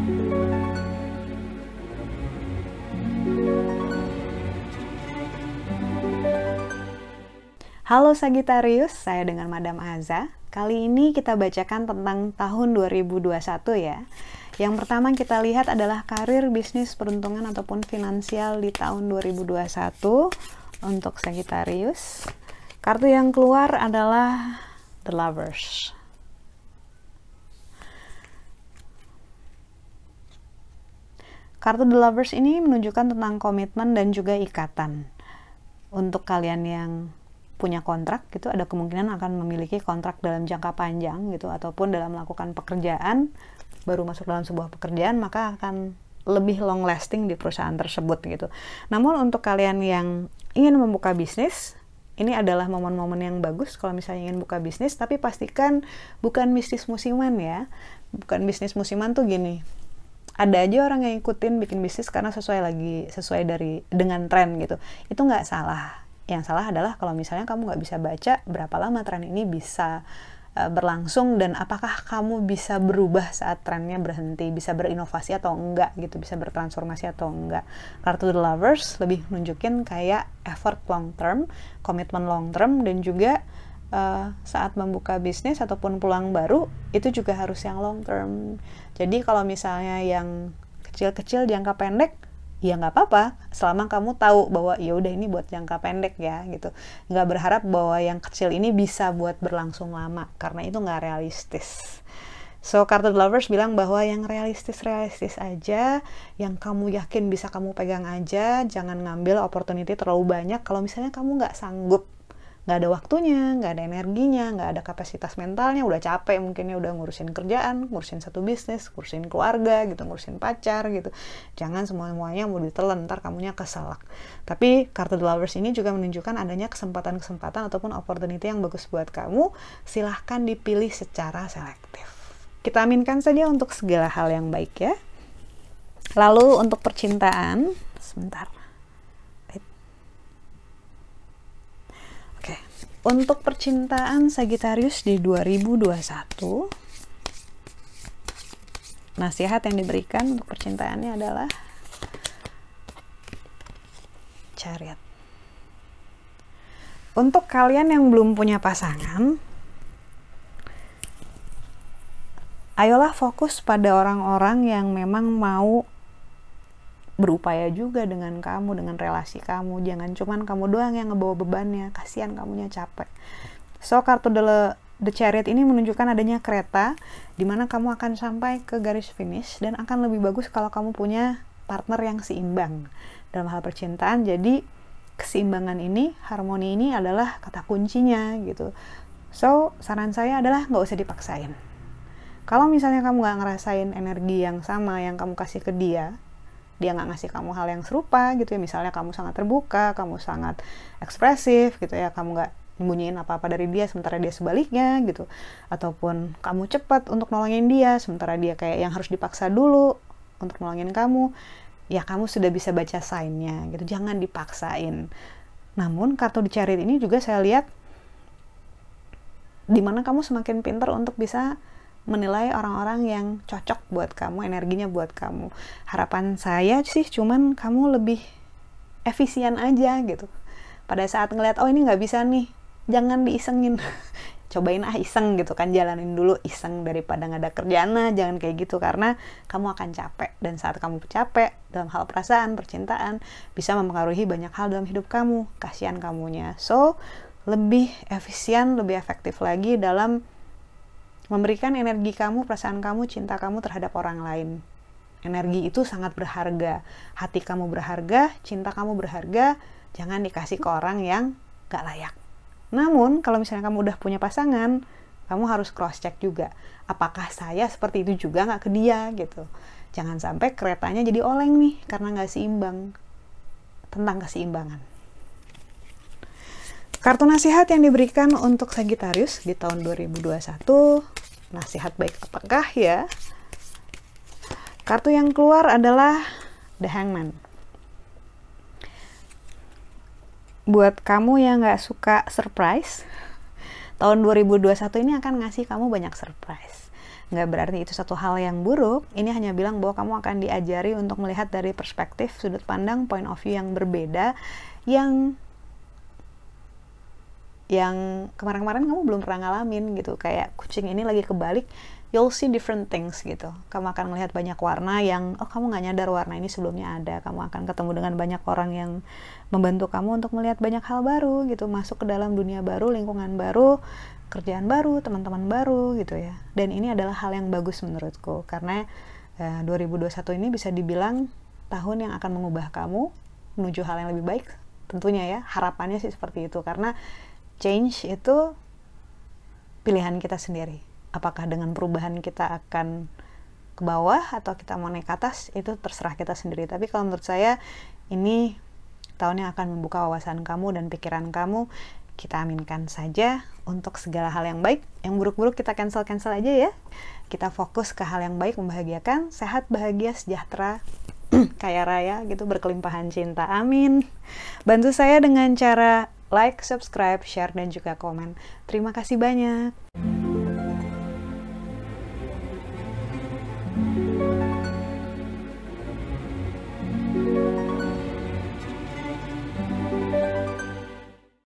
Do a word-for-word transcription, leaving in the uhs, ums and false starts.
Halo Sagittarius, saya dengan Madam Aza. Kali ini kita bacakan tentang tahun dua ribu dua puluh satu ya. Yang pertama kita lihat adalah karir, bisnis, peruntungan ataupun finansial di tahun dua ribu dua puluh satu untuk Sagittarius. Kartu yang keluar adalah The Lovers. Kartu The Lovers ini menunjukkan tentang komitmen dan juga ikatan. Untuk kalian yang punya kontrak gitu, ada kemungkinan akan memiliki kontrak dalam jangka panjang gitu, ataupun dalam melakukan pekerjaan, baru masuk dalam sebuah pekerjaan, maka akan lebih long lasting di perusahaan tersebut gitu. Namun untuk kalian yang ingin membuka bisnis, ini adalah momen-momen yang bagus kalau misalnya ingin buka bisnis, tapi pastikan bukan bisnis musiman ya. Bukan bisnis musiman tuh gini, ada aja orang yang ikutin bikin bisnis karena sesuai lagi sesuai dari dengan tren gitu. Itu nggak salah. Yang salah adalah kalau misalnya kamu nggak bisa baca berapa lama tren ini bisa uh, berlangsung, dan apakah kamu bisa berubah saat trennya berhenti, bisa berinovasi atau enggak gitu, bisa bertransformasi atau enggak. Kartu The Lovers lebih nunjukin kayak effort long term, komitmen long term, dan juga Uh, saat membuka bisnis ataupun peluang baru itu juga harus yang long term. Jadi kalau misalnya yang kecil-kecil jangka pendek, ya nggak apa-apa selama kamu tahu bahwa ya udah ini buat jangka pendek ya gitu. Nggak berharap bahwa yang kecil ini bisa buat berlangsung lama, karena itu nggak realistis. So, kartu The Lovers bilang bahwa yang realistis-realistis aja, yang kamu yakin bisa kamu pegang aja, jangan ngambil opportunity terlalu banyak kalau misalnya kamu nggak sanggup, nggak ada waktunya, nggak ada energinya, nggak ada kapasitas mentalnya, udah capek mungkinnya udah ngurusin kerjaan, ngurusin satu bisnis, ngurusin keluarga gitu, ngurusin pacar gitu. Jangan semua-semuanya mau ditelan, ntar kamunya keselak. Tapi kartu The Lovers ini juga menunjukkan adanya kesempatan-kesempatan ataupun opportunity yang bagus buat kamu. Silahkan dipilih secara selektif. Kita aminkan saja untuk segala hal yang baik ya. Lalu untuk percintaan, sebentar. Untuk percintaan Sagittarius di dua ribu dua puluh satu, nasihat yang diberikan untuk percintaannya adalah Chariot. Untuk kalian yang belum punya pasangan, ayolah fokus pada orang-orang yang memang mau berupaya juga dengan kamu, dengan relasi kamu. Jangan cuman kamu doang yang ngebawa bebannya, kasihan kamunya capek. So, kartu The, The Chariot ini menunjukkan adanya kereta di mana kamu akan sampai ke garis finish, dan akan lebih bagus kalau kamu punya partner yang seimbang dalam hal percintaan. Jadi keseimbangan ini, harmoni ini adalah kata kuncinya gitu. So, saran saya adalah nggak usah dipaksain. Kalau misalnya kamu nggak ngerasain energi yang sama yang kamu kasih ke dia, dia nggak ngasih kamu hal yang serupa gitu ya, misalnya kamu sangat terbuka, kamu sangat ekspresif gitu ya, kamu nggak nyembunyiin apa-apa dari dia sementara dia sebaliknya gitu, ataupun kamu cepat untuk nolongin dia sementara dia kayak yang harus dipaksa dulu untuk nolongin kamu, ya kamu sudah bisa baca sign-nya gitu, jangan dipaksain. Namun kartu The Chariot ini juga saya lihat dimana kamu semakin pintar untuk bisa menilai orang-orang yang cocok buat kamu, energinya buat kamu. Harapan saya sih cuman kamu lebih efisien aja gitu. Pada saat ngeliat, oh ini nggak bisa nih, jangan diisengin. Cobain ah iseng gitu kan, jalanin dulu iseng daripada nggak ada kerjaan. Nah, jangan kayak gitu, karena kamu akan capek. Dan saat kamu capek dalam hal perasaan, percintaan, bisa mempengaruhi banyak hal dalam hidup kamu. Kasihan kamunya. So, lebih efisien, lebih efektif lagi dalam memberikan energi kamu, perasaan kamu, cinta kamu terhadap orang lain. Energi itu sangat berharga. Hati kamu berharga, cinta kamu berharga. Jangan dikasih ke orang yang gak layak. Namun, kalau misalnya kamu udah punya pasangan, kamu harus cross check juga. Apakah saya seperti itu juga gak ke dia gitu. Jangan sampai keretanya jadi oleng nih, karena gak seimbang. Tentang keseimbangan. Kartu nasihat yang diberikan untuk Sagittarius di tahun dua ribu dua puluh satu, nasihat baik apakah ya? Kartu yang keluar adalah The Hangman. Buat kamu yang gak suka surprise, tahun dua ribu dua puluh satu ini akan ngasih kamu banyak surprise. nggak berarti itu satu hal yang buruk. Ini hanya bilang bahwa kamu akan diajari untuk melihat dari perspektif, sudut pandang, point of view yang berbeda, yang yang kemarin-kemarin kamu belum pernah ngalamin gitu. Kayak kucing ini lagi kebalik, you'll see different things gitu. Kamu akan melihat banyak warna yang oh kamu nggak nyadar warna ini sebelumnya ada. Kamu akan ketemu dengan banyak orang yang membantu kamu untuk melihat banyak hal baru gitu, masuk ke dalam dunia baru, lingkungan baru, kerjaan baru, teman-teman baru gitu ya. Dan ini adalah hal yang bagus menurutku, karena eh, dua ribu dua puluh satu ini bisa dibilang tahun yang akan mengubah kamu menuju hal yang lebih baik tentunya ya. Harapannya sih seperti itu, karena change itu pilihan kita sendiri. Apakah dengan perubahan kita akan ke bawah atau kita mau naik ke atas, itu terserah kita sendiri. Tapi kalau menurut saya ini tahun yang akan membuka wawasan kamu dan pikiran kamu. Kita aminkan saja untuk segala hal yang baik. Yang buruk-buruk kita cancel-cancel aja ya. Kita fokus ke hal yang baik, membahagiakan, sehat, bahagia, sejahtera, kaya raya gitu, berkelimpahan cinta. Amin. Bantu saya dengan cara like, subscribe, share, dan juga komen. Terima kasih banyak.